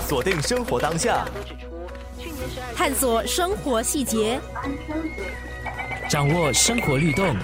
锁定生活当下， 探索生活细节， 掌握生活律动，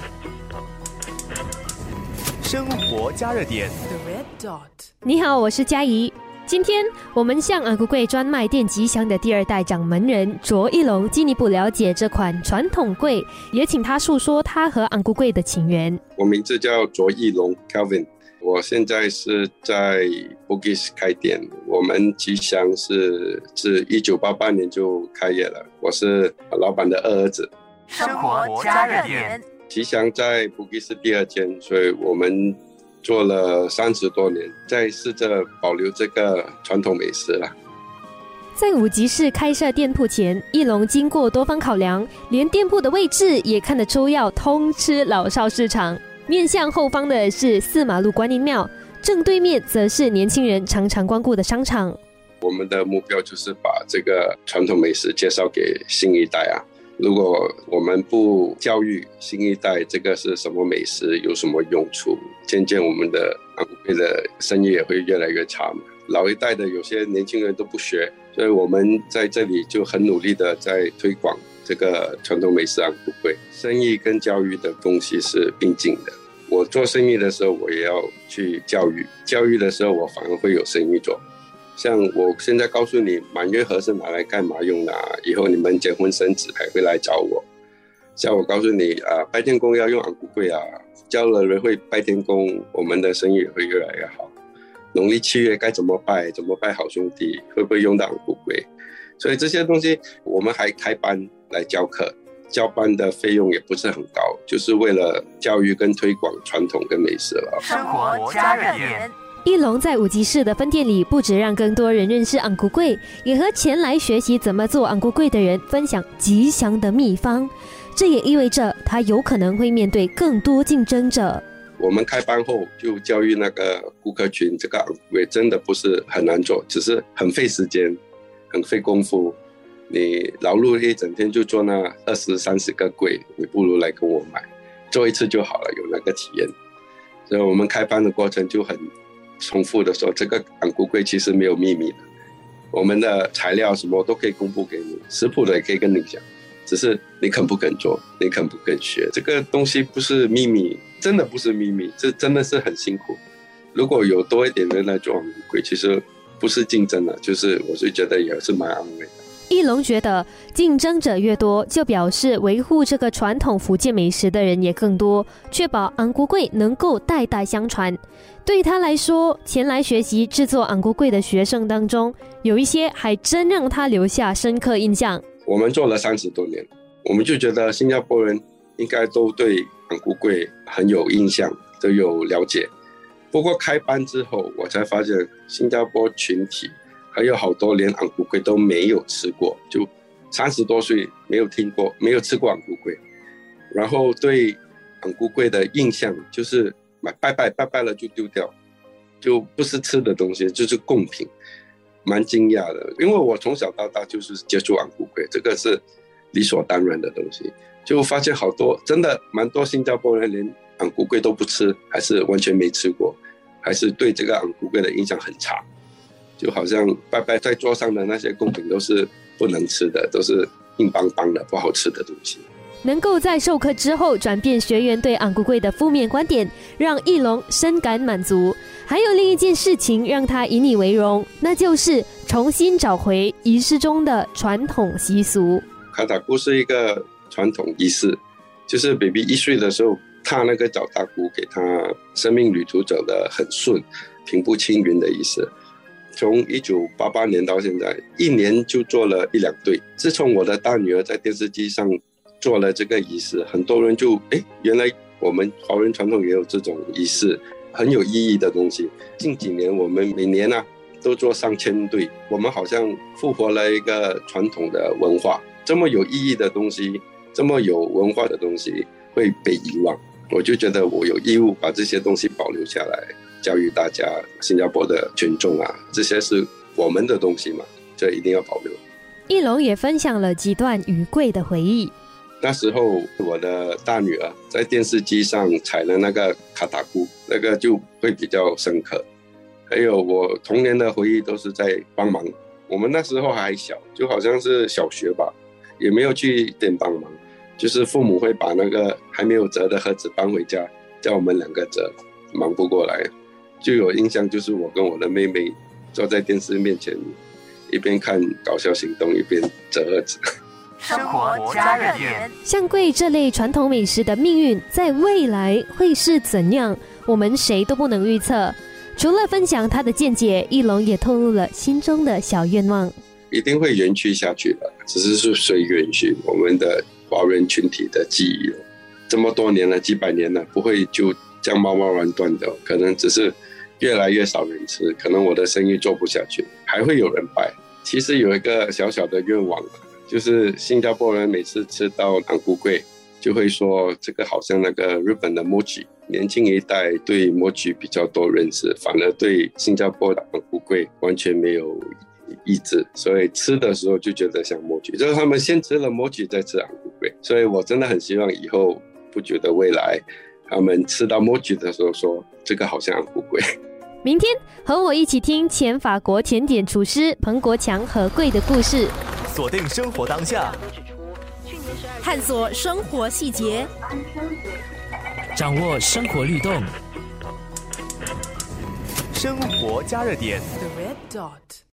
生活加热点。 你好，我是嘉怡。今天我们向安菇粿专卖店吉祥的第二代掌门人卓一龙进一步了解这款传统粿，也请他述说他和安菇粿的情缘。 我名字叫卓一龙 Kelvin， 我现在是在 Bugis 开店。我们吉祥是自1988年就开业了，我是老板的二儿子。 生活加热点。 吉祥在 Bugis 是第二间，所以我们做了30多年，在试着保留这个传统美食啦。 在五级市开设店铺前，一龙经过多方考量，连店铺的位置也看得出要通吃老少市场。面向后方的是4马路观音庙，正对面则是年轻人常常光顾的商场。 我们的目标就是把这个传统美食介绍给新一代啊。如果我们不教育新一代这个是什么美食，有什么用处，渐渐我们的安菇粿的生意也会越来越差嘛。老一代的有些年轻人都不学，所以我们在这里就很努力的在推广这个传统美食安菇粿。生意跟教育的东西是并进的。我做生意的时候，我也要去教育；教育的时候，我反而会有生意做。像我现在告诉你，满月盒是拿来干嘛用的啊？以后你们结婚生子还会来找我。像我告诉你拜天公要用安菇粿啊，教了人会拜天公，我们的生意也会越来越好。农历7月该怎么拜好兄弟，会不会用到安菇粿？所以这些东西我们还开班来教课，教班的费用也不是很高，就是为了教育跟推广传统跟美食了。 生活加热点。 一龙在五级市的分店里，不只让更多人认识安菇粿，也和前来学习怎么做安菇粿的人分享吉祥的秘方。这也意味着他有可能会面对更多竞争者。 我们开班后就教育那个顾客群，这个安菇粿真的不是很难做，只是很费时间，很费功夫。你劳碌一整天就做那20、30个粿，你不如来跟我买，做一次就好了，有那个体验。所以我们开班的过程就很重复的说，这个安菇粿其实没有秘密的，我们的材料什么都可以公布给你，食谱的也可以跟你讲，只是你肯不肯做，你肯不肯学。这个东西不是秘密，真的不是秘密，这真的是很辛苦。如果有多一点人来做安菇粿，其实不是竞争了，就是我是觉得也是蛮安慰的。 一龙觉得竞争者越多，就表示维护这个传统福建美食的人也更多，确保安菇粿能够代代相传。对他来说，前来学习制作安菇粿的学生当中，有一些还真让他留下深刻印象。 我们做了30多年，我们就觉得新加坡人应该都对安菇粿很有印象，都有了解。不过开班之后，我才发现新加坡群体还有好多连安菇粿都没有吃过，就30多岁没有听过，没有吃过安菇粿，然后对安菇粿的印象就是拜拜了就丢掉，就不是吃的东西，就是贡品，蛮惊讶的。因为我从小到大就是接触安菇粿，这个是理所当然的东西，就发现好多真的蛮多新加坡人连安菇粿都不吃，还是完全没吃过，还是对这个安菇粿的印象很差。就好像拜拜在桌上的那些贡品都是不能吃的，都是硬邦邦的不好吃的东西。 能够在授课之后转变学员对安菇粿的负面观点，让一龙深感满足。还有另一件事情让他以你为荣，那就是重新找回仪式中的传统习俗。 卡塔姑是一个传统仪式，就是 baby 1岁的时候踏那个脚大鼓，给他生命旅途走得很顺，平步青云的意思。从1988年到现在，1年就做了1、2对。自从我的大女儿在电视机上做了这个仪式，很多人就原来我们华人传统也有这种仪式，很有意义的东西。近几年我们每年都做上千对，我们好像复活了一个传统的文化。这么有意义的东西，这么有文化的东西会被遗忘，我就觉得我有义务把这些东西保留下来，教育大家，新加坡的群众这些是我们的东西嘛，这一定要保留。 一龙也分享了几段与粿的回忆。 那时候我的大女儿在电视机上踩了那个卡塔姑，那个就会比较深刻。还有我童年的回忆都是在帮忙我们那时候还小，就好像是小学吧，也没有去店帮忙，就是父母会把那个还没有折的盒子搬回家，叫我们2个折，忙不过来。就有印象，就是我跟我的妹妹坐在电视面前，一边看搞笑行动，一边折盒子。 生活加热点， 香桂这类传统美食的命运在未来会是怎样，我们谁都不能预测。除了分享他的见解，一龙也透露了心中的小愿望。 一定会延续下去的，只是谁允许我们的华人群体的记忆了。这么多年了，几百年了，不会就这样贸贸然断掉，可能只是越来越少人吃，可能我的生意做不下去，还会有人拜。其实有一个小小的愿望，就是新加坡人每次吃到昂菇桂，就会说这个好像那个日本的 mochi， 年轻一代对 mochi 比较多认识，反而对新加坡的昂菇桂完全没有意志，所以吃的时候就觉得像 mochi， 就是他们先吃了 mochi 再吃昂菇桂，所以我真的很希望以后不久的未来，他们吃到 mochi 的时候说这个好像昂菇桂。 明天和我一起听前法国甜点厨师彭国强和贵的故事， 锁定生活当下， 探索生活细节， 掌握生活律动， 生活加热点。 The Red Dot。